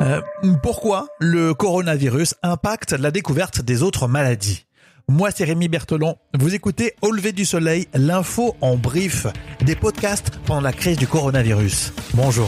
Pourquoi le coronavirus impacte la découverte des autres maladies? Moi, c'est Rémi Berthelon. Vous écoutez Au lever du soleil, l'info en brief, des podcasts pendant la crise du coronavirus. Bonjour.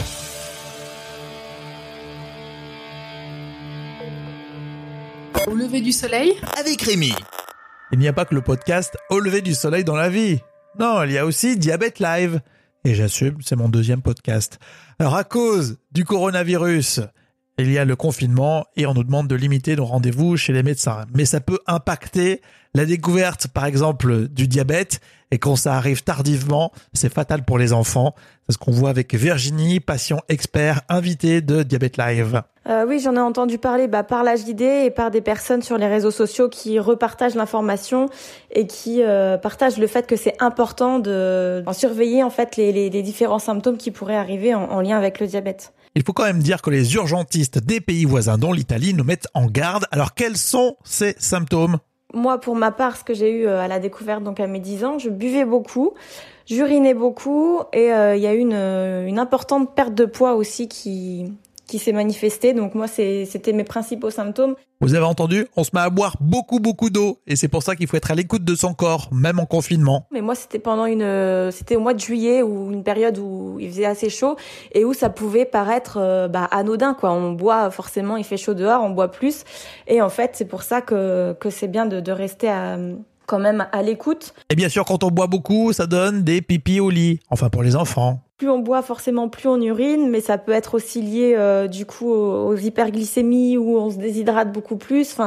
Au lever du soleil Avec Rémi. Il n'y a pas que le podcast Au lever du soleil dans la vie. Non, il y a aussi Diabète Live. Et j'assume, c'est mon deuxième podcast. Alors, à cause du coronavirus, il y a le confinement et on nous demande de limiter nos rendez-vous chez les médecins. Mais ça peut impacter la découverte, par exemple, du diabète. Et quand ça arrive tardivement, c'est fatal pour les enfants. C'est ce qu'on voit avec Virginie, patient expert, invitée de Diabète Live. Oui, j'en ai entendu parler par la JD et par des personnes sur les réseaux sociaux qui repartagent l'information et qui partagent le fait que c'est important de surveiller en fait les différents symptômes qui pourraient arriver en lien avec le diabète. Il faut quand même dire que les urgentistes des pays voisins, dont l'Italie, nous mettent en garde. Alors, quels sont ces symptômes ? Moi, pour ma part, ce que j'ai eu à la découverte, donc à mes 10 ans, je buvais beaucoup, j'urinais beaucoup et il y a eu une importante perte de poids aussi qui s'est manifestée. Donc moi, c'était mes principaux symptômes. Vous avez entendu ? On se met à boire beaucoup d'eau. Et c'est pour ça qu'il faut être à l'écoute de son corps, même en confinement. Mais moi, c'était c'était au mois de juillet, ou une période où il faisait assez chaud et où ça pouvait paraître anodin, quoi. On boit forcément, il fait chaud dehors, on boit plus. Et en fait, c'est pour ça que c'est bien de rester quand même à l'écoute. Et bien sûr, quand on boit beaucoup, ça donne des pipis au lit. Enfin, pour les enfants. Plus on boit, forcément, plus on urine, mais ça peut être aussi lié aux hyperglycémies où on se déshydrate beaucoup plus. Enfin,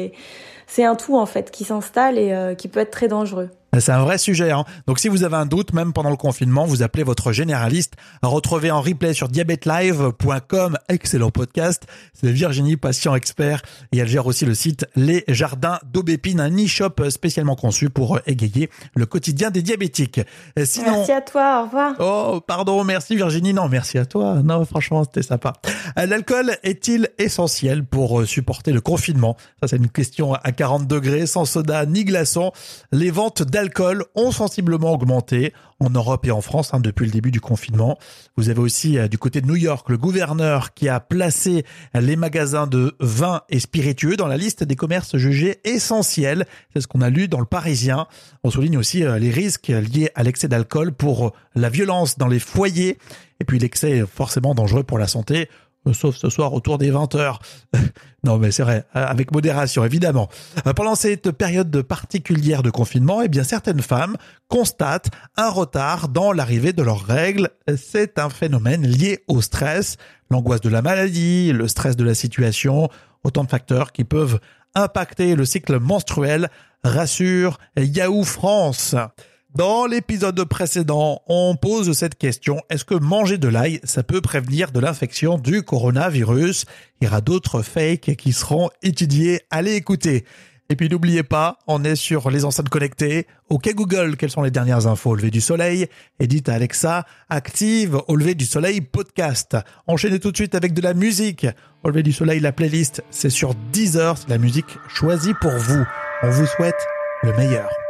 c'est un tout en fait qui s'installe et qui peut être très dangereux. C'est un vrai sujet, hein. Donc si vous avez un doute, même pendant le confinement, vous appelez votre généraliste. Retrouvez en replay sur diabetelive.com, excellent podcast. C'est Virginie, patient expert. Et elle gère aussi le site Les Jardins d'Aubépine, un e-shop spécialement conçu pour égayer le quotidien des diabétiques. Sinon... Merci à toi, au revoir. Oh, pardon, merci Virginie. Non, merci à toi. Non, franchement, c'était sympa. L'alcool est-il essentiel pour supporter le confinement? Ça, c'est une question à 40 degrés, sans soda ni glaçons. Les ventes d'alcool ont sensiblement augmenté en Europe et en France depuis le début du confinement. Vous avez aussi du côté de New York le gouverneur qui a placé les magasins de vin et spiritueux dans la liste des commerces jugés essentiels. C'est ce qu'on a lu dans le Parisien. On souligne aussi les risques liés à l'excès d'alcool pour la violence dans les foyers. Et puis l'excès est forcément dangereux pour la santé. Sauf ce soir autour des 20h. Non, mais c'est vrai, avec modération, évidemment. Pendant cette période particulière de confinement, certaines femmes constatent un retard dans l'arrivée de leurs règles. C'est un phénomène lié au stress, l'angoisse de la maladie, le stress de la situation, autant de facteurs qui peuvent impacter le cycle menstruel, rassure Yahoo France. Dans l'épisode précédent, on pose cette question. Est-ce que manger de l'ail, ça peut prévenir de l'infection du coronavirus? Il y aura d'autres fakes qui seront étudiés. Allez écouter. Et puis n'oubliez pas, on est sur les enceintes connectées. OK Google, quelles sont les dernières infos au lever du soleil? Et dites à Alexa, active au lever du soleil podcast. Enchaînez tout de suite avec de la musique. Au lever du soleil, la playlist, c'est sur Deezer. C'est la musique choisie pour vous. On vous souhaite le meilleur.